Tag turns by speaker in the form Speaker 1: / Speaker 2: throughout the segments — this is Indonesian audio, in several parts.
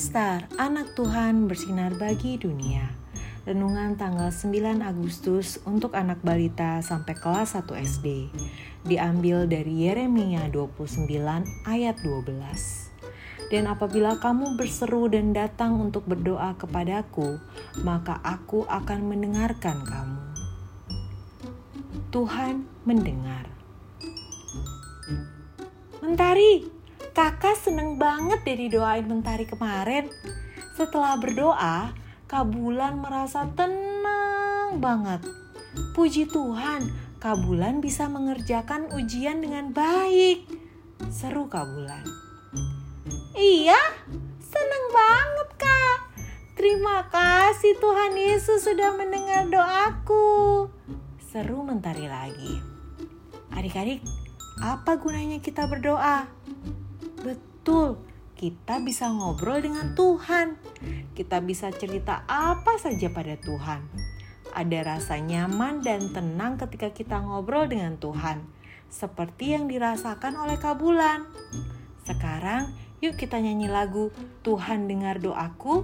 Speaker 1: Ester, anak Tuhan bersinar bagi dunia. Renungan tanggal 9 Agustus untuk anak balita sampai kelas 1 SD. Diambil dari Yeremia 29 ayat 12. Dan apabila kamu berseru dan datang untuk berdoa kepadaku, maka aku akan mendengarkan kamu. Tuhan mendengar. Mentari, Kakak seneng banget deh didoain Mentari kemarin. Setelah berdoa, Kak Bulan merasa tenang banget. Puji Tuhan, Kak Bulan bisa mengerjakan ujian dengan baik. Seru Kak Bulan. Iya, seneng banget Kak. Terima kasih Tuhan Yesus sudah mendengar doaku. Seru Mentari lagi. Adik-adik, apa gunanya kita berdoa? Betul, kita bisa ngobrol dengan Tuhan. Kita bisa cerita apa saja pada Tuhan. Ada rasa nyaman dan tenang ketika kita ngobrol dengan Tuhan, seperti yang dirasakan oleh Kak Bulan. Sekarang, yuk kita nyanyi lagu Tuhan Dengar Doaku.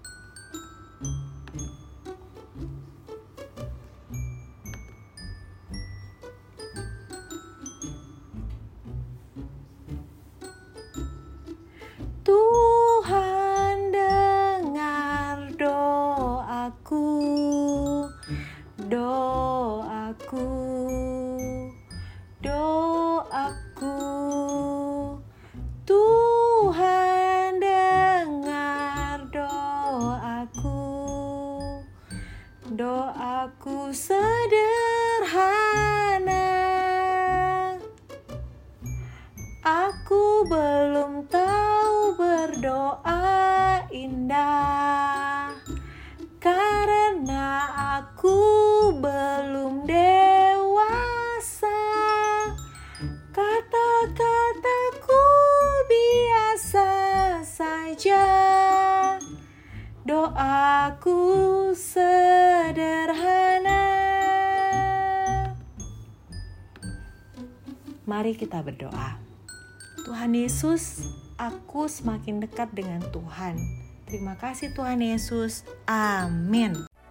Speaker 1: Tuhan dengar doaku, doaku, doaku. Tuhan dengar doaku, doaku sederhana. Aku belum tahu berdoa indah, karena aku belum dewasa. Kata-kataku biasa saja, doaku sederhana. Mari kita berdoa. Tuhan Yesus, aku semakin dekat dengan Tuhan. Terima kasih Tuhan Yesus. Amin.